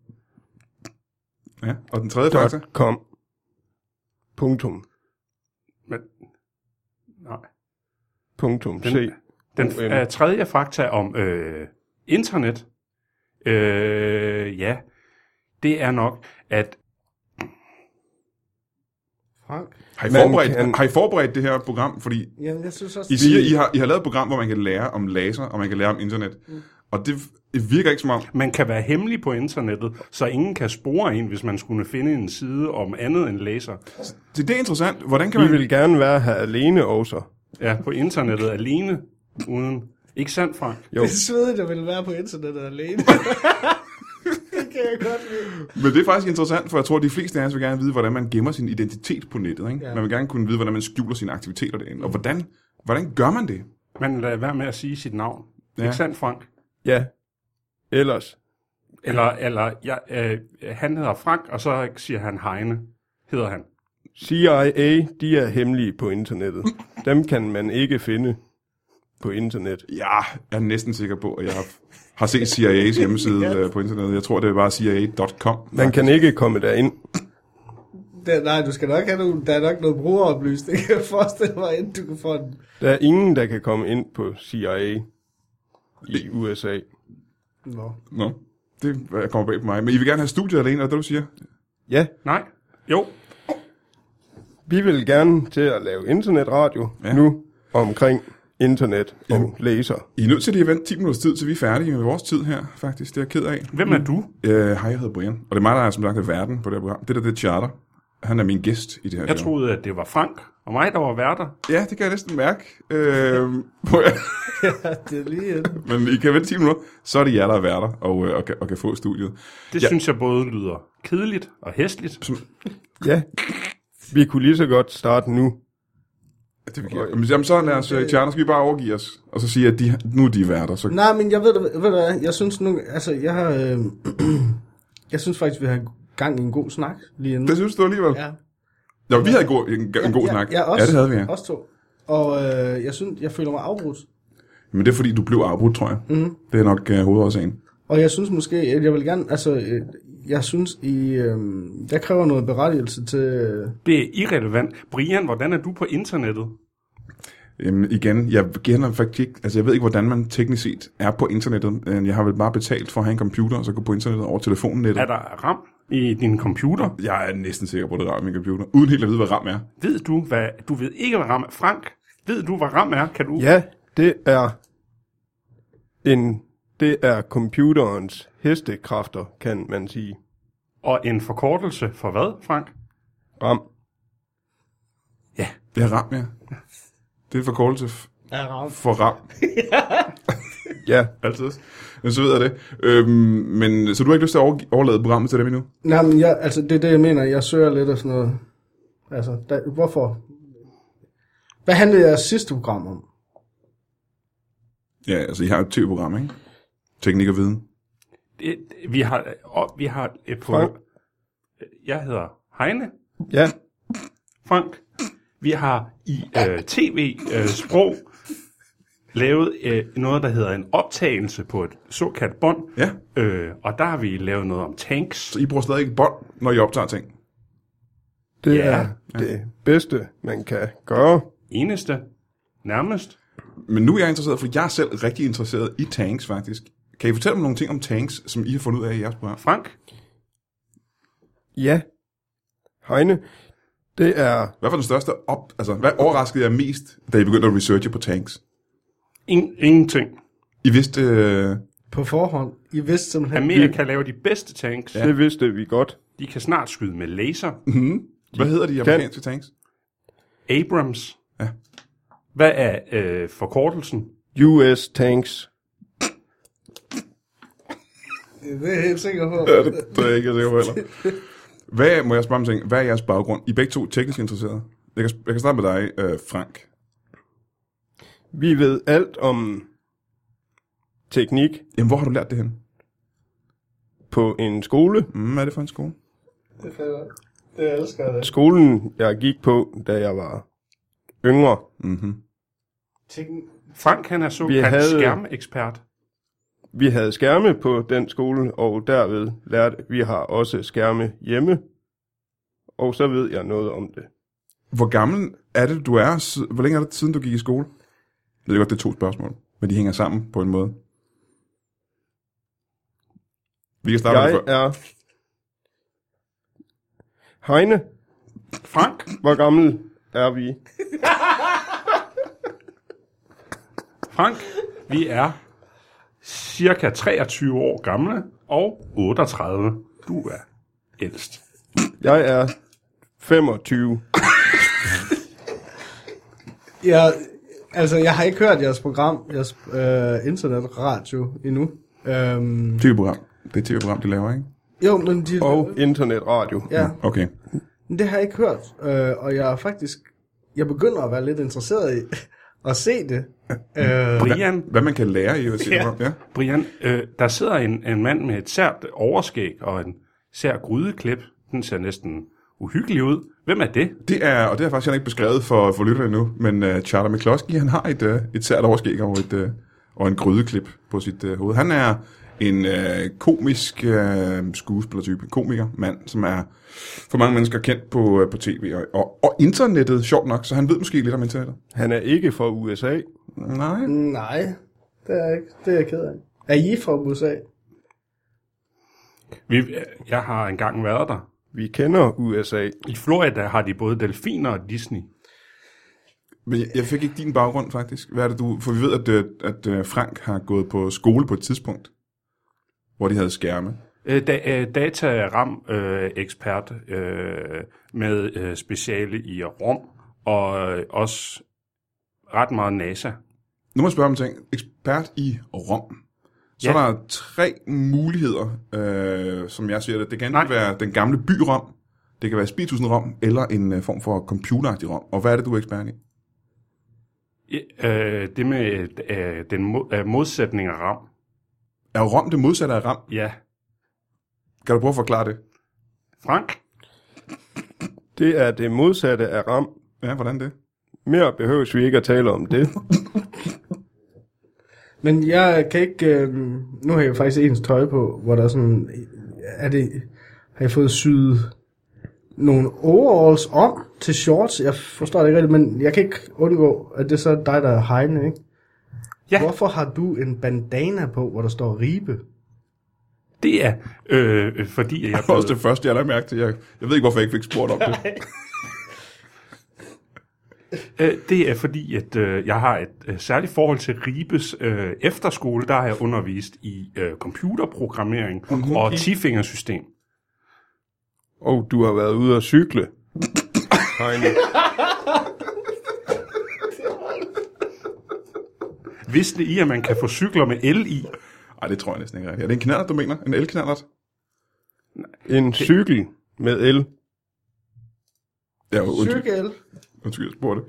Ja. Og den tredje fakta? .com. Punktum. Men, nej. Punktum. Den- C. Den O M. øh, tredje fakta om øh, internet, øh, ja, det er nok, at Frank? Har I, Man forberedt, kan- har I forberedt det her program? Fordi Jamen, jeg synes også... I siger, I har, I har lavet et program, hvor man kan lære om laser, og man kan lære om internet. Mm. Og det, det virker ikke som om... man kan være hemmelig på internettet, så ingen kan spore en, hvis man skulle finde en side om andet end laser. Det, det er interessant. Hvordan kan Vi man... vil gerne være her alene også. Ja, på internettet alene, uden... Ikke sandt, Frank? Jo. Det er svedigt, at ville være på internettet alene. Det kan jeg godt lide. Men det er faktisk interessant, for jeg tror, at de fleste af os vil gerne vide, hvordan man gemmer sin identitet på nettet. Ikke? Ja. Man vil gerne kunne vide, hvordan man skjuler sine aktiviteter derinde. Og hvordan, hvordan gør man det? Man lader være med at sige sit navn. Ja. Ja. Ikke sandt, Frank? Ja. Ellers. Eller, eller ja, øh, han hedder Frank, og så siger han Heine, hedder han. C I A, de er hemmelige på internettet. Dem kan man ikke finde på internet. Ja, jeg er næsten sikker på, at jeg har, har set C I A's hjemmeside øh, på internettet. Jeg tror, det er bare C I A punktum com. Man kan ikke komme derind. Det, nej, du skal nok have nogle, der er nok noget brugeroplysning. Jeg forestiller mig, inden du kan få den. Der er ingen, der kan komme ind på C I A i U S A. Nå. Nå, det kommer bag på mig. Men I vil gerne have studiet alene, er det det, du siger? Ja, Nej. Jo. vi vil gerne til at lave internetradio Ja. ja. nu omkring internet og Jamen. laser. I er nødt til lige at vente ti minutters tid, til vi er færdige med vores tid her, faktisk. Det er jeg ked af. Hvem er du? Øh, hej, jeg hedder Brian. Og det er mig, der er som sagt er verden på det her program. Det der, det er Charter. Han er min gæst i det her Jeg show. troede, at det var Frank og mig, der var værter. Ja, det kan jeg næsten mærke. Øh, på jer. Ja, det er lige et. Men I kan vente ti minutter, så er det jer, der er værter og, øh, og, kan, og kan få studiet. Det Ja. synes jeg både lyder kedeligt og hæsligt. Ja, vi kunne lige så godt starte nu. Det vil jeg. Jamen, så lad os, uh, Charter, skal vi bare overgive os, og så sige, at de, nu er de værter. Så... Nej, men jeg ved, ved du hvad, jeg synes nu, altså, jeg har, øh, jeg synes faktisk, vi har gang i en god snak lige inden. Det synes du alligevel? Ja. Ja, vi havde en god, en, en god ja, snak. Ja, også, ja, det havde vi, ja. Også to. Og øh, jeg synes, jeg føler mig afbrudt. Men det er fordi, du blev afbrudt, tror jeg. Mm-hmm. Det er nok uh, hovedårsagen. Og jeg synes måske, at jeg vil gerne, altså, øh, jeg synes, I, øh, jeg kræver noget berettigelse til... Øh, Det er irrelevant. Brian, hvordan er du på internettet? Øhm, igen, jeg kender faktisk ikke, altså jeg ved ikke, hvordan man teknisk set er på internettet. Jeg har vel bare betalt for at have en computer, og så gå på internettet over telefonnettet. Er der RAM i din computer? Jeg er næsten sikker på, at det er RAM i min computer, uden helt at vide, hvad RAM er. Ved du, hvad... Du ved ikke, hvad RAM er. Frank, ved du, hvad RAM er? Kan du... Ja, det er en det er computerens hestekræfter, kan man sige. Og en forkortelse for hvad, Frank? RAM. Ja. Det er RAM, ja. Det er en forkortelse f- er ramt. for RAM. Ja, Altid. Men så ved jeg det. Øhm, men, så du har ikke lyst til at over- overlade programmet til dem endnu? Nej, men jeg, altså, det er det, jeg mener. Jeg søger lidt af sådan noget. Altså, der, hvorfor? Hvad handlede jeres sidste program om? Ja, altså I har et tv-program, ikke? Teknik og viden. Det, vi har... Og vi har et på... Frank. Jeg hedder Heine. ja, Frank. Vi har i øh, tv-sprog øh, lavet øh, noget, der hedder en optagelse på et såkaldt bånd. Ja, Øh, og der har vi lavet noget om tanks. så I bruger stadig ikke bånd, når I optager ting. det Ja. er det bedste, man kan gøre. Eneste. Nærmest. Men nu er jeg interesseret, for jeg er selv rigtig interesseret i tanks, faktisk. Kan I fortælle mig nogle ting om tanks, som I har fundet ud af i jeres program? Frank. Ja, Heine, det er Hvad var den største op... Altså, hvad overraskede jer mest, da I begyndte at researche på tanks? In- ingenting. I vidste... Øh... På forhånd. I vidste simpelthen... Amerika laver de bedste tanks. ja. Det vidste vi godt. De kan snart skyde med laser. Mm-hmm. Hvad hedder de amerikanske tanks? Abrams. Ja. Hvad er øh, forkortelsen? U S tanks. Det er jeg helt sikker på. Ja, det, det er jeg ikke sikker på heller. Hvad, må jeg spørge om ting? Hvad er jeres baggrund? I er begge to teknisk interesserede. Jeg kan, jeg kan starte med dig, øh, Frank. Vi ved alt om teknik Jamen, hvor har du lært det hen? på en skole. Mm, hvad er det for en skole? Det er det elsker jeg det. Skolen, jeg gik på, da jeg var yngre. Mm-hmm. Frank, han er såkaldt Vi havde- skærmekspert. Vi havde skærme på den skole, og derved lærte vi har også skærme hjemme. Og så ved jeg noget om det. Hvor gammel er det, du er? Si- Hvor længe er det siden, du gik i skole? Jeg ved godt, det er to spørgsmål, men de hænger sammen på en måde. Vi kan starte Jeg med det før. er Heine. Frank, Hvor gammel er vi? Frank, vi er cirka treogtyve år gamle og otteogtredive. Du er ældst. Jeg er femogtyve. Jeg, altså, jeg har ikke hørt jeres program, jeres øh, internetradio endnu. Øhm, T V-program. Det er et T V-program, de laver, ikke? jo, men de... Og internetradio. Ja, Okay. men det har jeg ikke hørt. Øh, og jeg er faktisk... Jeg begynder at være lidt interesseret i at se det. Øh, Brian, Hvad man kan lære i at se Ja. det. Ja. Brian øh, der sidder en, en mand med et sært overskæg og en sær grydeklip. Den ser næsten uhyggelig ud. Hvem er det? Det er, og det har faktisk ikke beskrevet for, for lytterne endnu, men uh, Charter McCloskey, han har et, uh, et sært overskæg og, et, uh, og en grydeklip på sit uh, hoved. Han er en uh, komisk uh, skuespillertype, komiker, mand, som er for mange mennesker kendt på, uh, på tv og, og, og internettet, sjovt nok, så han ved måske lidt om internettet. Han er ikke fra U S A. Nej. nej, det er jeg ikke. Det er jeg ked af. Er I fra U S A? Vi, jeg har engang været der. Vi kender U S A. I Florida har de både delfiner og Disney. Men jeg, jeg fik ikke din baggrund, faktisk. Hvad er det, du... For vi ved, at, at, at Frank har gået på skole på et tidspunkt, hvor de havde skærme. Da, data-ram-ekspert øh, med øh, speciale i Rom, og øh, også ret meget NASA. Nu må jeg spørge om en ting. Ekspert i Rom. Så ja. Er der tre muligheder, øh, som jeg siger det. Det kan enten være den gamle by Rom, det kan være Spiritusen Rom, eller en uh, form for computeragtig Rom. Og hvad er det, du er ekspert i? Ja, øh, det med øh, den mod, øh, modsætning af Ram. Er Rom det modsatte af Ram? Ja. Kan du prøve at forklare det? Frank? Det er det modsatte af Ram. Ja, hvordan det? Mere behøves vi ikke at tale om det. Men jeg kan ikke... Øh, nu har jeg faktisk ens tøj på, hvor der er sådan... Er det... Har jeg fået syet nogle overalls om til shorts? Jeg forstår det ikke rigtigt, men jeg kan ikke undgå, at det er så dig, der er Heine, ikke? Ja. Hvorfor har du en bandana på, hvor der står Ribe? Det er, øh, fordi jeg... Det var også det første, jeg lagde mærke til. Jeg, jeg ved ikke, hvorfor jeg ikke fik spurgt om det. Det er fordi, at øh, jeg har et øh, særligt forhold til Ribes øh, efterskole. Der har jeg undervist i øh, computerprogrammering okay. og ti-fingersystem. Og du har været ude at cykle. Vidste I, at man kan få cykler med el i? Ej, det tror jeg næsten ikke rigtigt. Er det en knallert, du mener? En el-knallert? En cykel med el. Ja, undskyld. Cykel. Undskyld, jeg spurgte.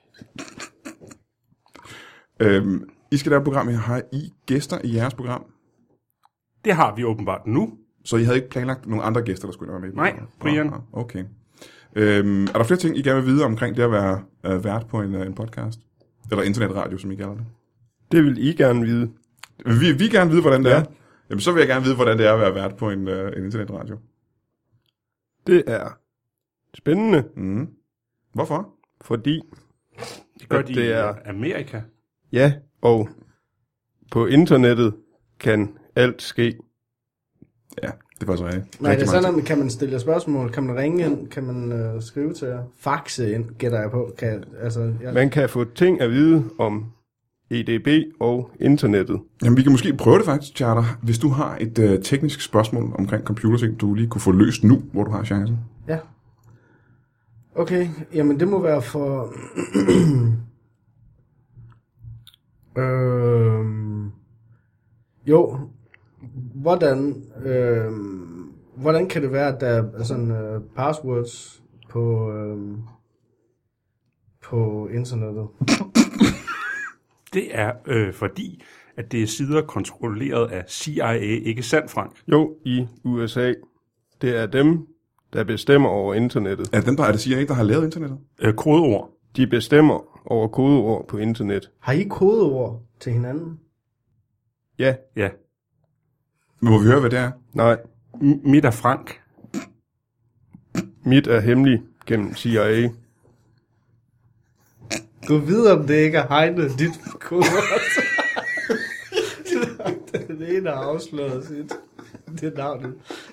Øhm, I skal lave et program her. Har I gæster i jeres program? Det har vi åbenbart nu. Så I havde ikke planlagt nogle andre gæster, der skulle være med? Nej, Brian. Okay. Øhm, er der flere ting, I gerne vil vide omkring det at være øh, vært på en, øh, en podcast? Eller internetradio, som I kalder det? Det vil I gerne vide. Vi vil gerne vide, hvordan det ja. er. Jamen, så vil jeg gerne vide, hvordan det er at være vært på en, øh, en internetradio. Det er spændende. Mm. Hvorfor? Fordi det gør de det er Amerika. Ja, og på internettet kan alt ske. Ja, det er faktisk rigtigt. Nej, det er sådan, at kan man stille spørgsmål, kan man ringe ind, kan man øh, skrive til jer, faxe ind, gætter jeg på. Kan, altså, jeg... Man kan få ting at vide om E D B og internettet. Jamen, vi kan måske prøve det faktisk, Charter. Hvis du har et øh, teknisk spørgsmål omkring computerting, du lige kunne få løst nu, hvor du har chancen. Ja. Okay, jamen det må være for... øhm... Jo, hvordan... Øhm... Hvordan kan det være, at der er sådan øh, passwords på... Øhm... på internettet? Det er øh, fordi, at det er sider kontrolleret af C I A, ikke sandt, Frank? Jo, i U S A. Det er dem, der bestemmer over internettet. Er det dem, der er det C I A, der har lavet internettet? Øh, kodeord. De bestemmer over kodeord på internet. Har I kodeord til hinanden? Ja. Ja. Men må vi høre, hvad det er? Nej. M- mit er Frank. Mit er hemmelig gennem C I A. Du ved, om det ikke er Heine, dit kodeord. Det ene har afsløret sit. Det er navnet.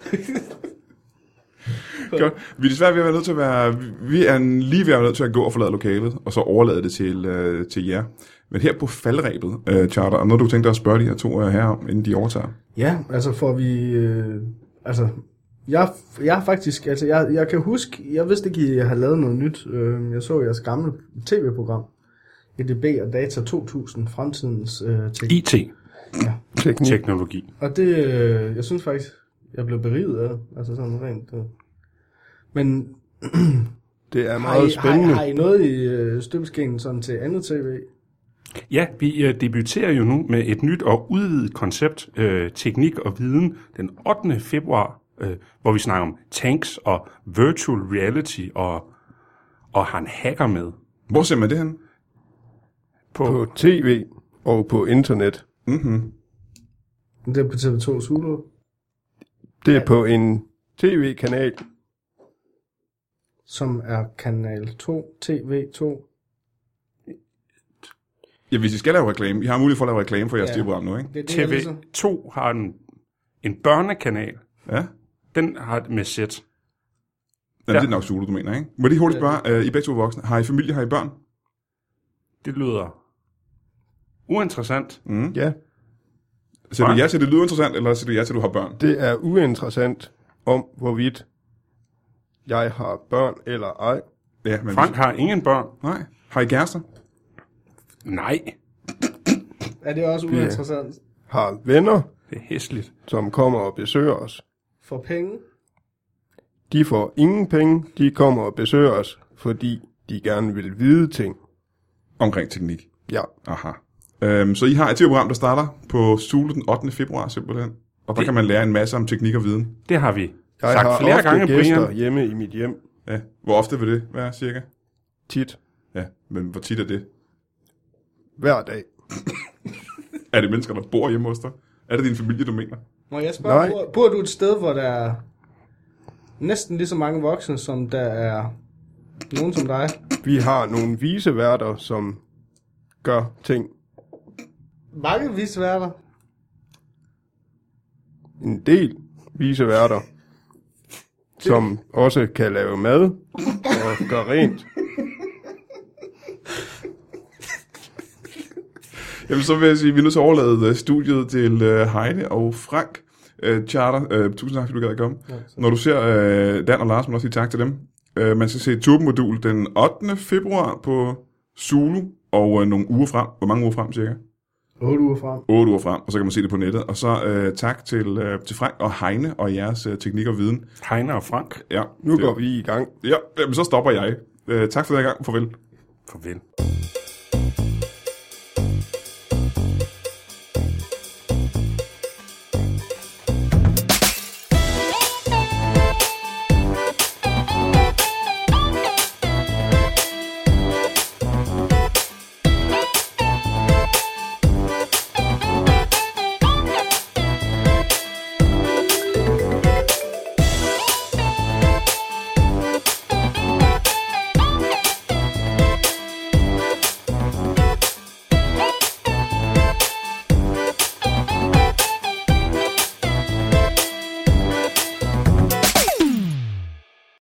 Godt. Vi er desværre ved at være nødt til at være, vi er lige ved at være nødt til at gå og forlade lokalet, og så overlade det til, øh, til jer. Men her på faldrebet, øh, Charter, og noget du tænkte at spørge de her to øh, her om, inden de overtager? Ja, altså får vi, øh, altså, jeg, jeg faktisk, altså jeg, jeg kan huske, jeg vidste ikke, I har lavet noget nyt. Øh, jeg så jeres gamle tv-program, E D B og Data to tusind, fremtidens øh, teknologi. I T. Ja. Teknik. Teknologi. Og det, øh, jeg synes faktisk, jeg blev beriget af det, altså sådan rent. Øh. Men det er har meget I, spændende. Har, har I noget i øh, støbeskeen sådan til andet tv? Ja, vi øh, debuterer jo nu med et nyt og udvidet koncept, øh, teknik og viden, den ottende februar, øh, hvor vi snakker om tanks og virtual reality og, og har en hacker med. Hvor ser man det hen? På, på tv og på internet. Mm-hmm. Det er på T V to Zulu. Det er ja. På en tv-kanal. Som er kanal to, T V to. Ja, hvis I skal lave reklame. I har mulighed for at lave reklame for jeres ja. tv-program nu, ikke? Det, det T V to har en, en børnekanal, Ja. Den har med sæt. Ja, det er nok Zulu, du mener, ikke? Må det hurtigt bare, uh, I begge to voksne, har I familie, har I børn? Det lyder uinteressant. Mm. Ja, Siger du ja til, det lyder interessant, eller siger du ja til, du har børn? det er uinteressant om, hvorvidt jeg har børn eller ej. Ja, men Frank har ingen børn. Nej. Har I kærester? Nej, Er det også uinteressant? Har venner, det er hæsligt. som kommer og besøger os. For penge? De får ingen penge, de kommer og besøger os, fordi de gerne vil vide ting. Omkring teknik. Ja, Aha. Øhm, så I har et T V-program, der starter på Zulu den ottende februar simpelthen. Og der Det- kan man lære en masse om teknik og viden. Det har vi jeg sagt har flere ofte gange, gæster Brian. hjemme i mit hjem. Ja. Hvor ofte vil det være, cirka? Tit. Ja, men hvor tit er det? Hver dag. Er det mennesker, der bor hjemme hos dig? Er det din familie, du mener? Må jeg spørge, Nej. bor, bor du et sted, hvor der er næsten lige så mange voksne, som der er nogen som dig? Vi har nogle viseværter, som gør ting. Mange visværter. En del viseværter, som også kan lave mad og gøre rent. Jamen, så vil jeg sige, at vi er nødt til at overlade uh, studiet til uh, Heine og Frank. Uh, Charter, uh, tusind tak, fordi du gad at komme. Ja, når du ser uh, Dan og Lars, må du også sige tak til dem. Uh, man skal se Turbomodul den ottende februar på Zulu, og uh, nogle uger frem. Hvor mange uger frem, cirka? otte uger frem. otte uger frem, og så kan man se det på nettet. Og så uh, tak til, uh, til Frank og Heine og jeres uh, teknik og viden. Heine og Frank. Ja, Nu det, går vi i gang. Ja, jamen, så stopper jeg. Uh, tak for den gang. Farvel. Farvel.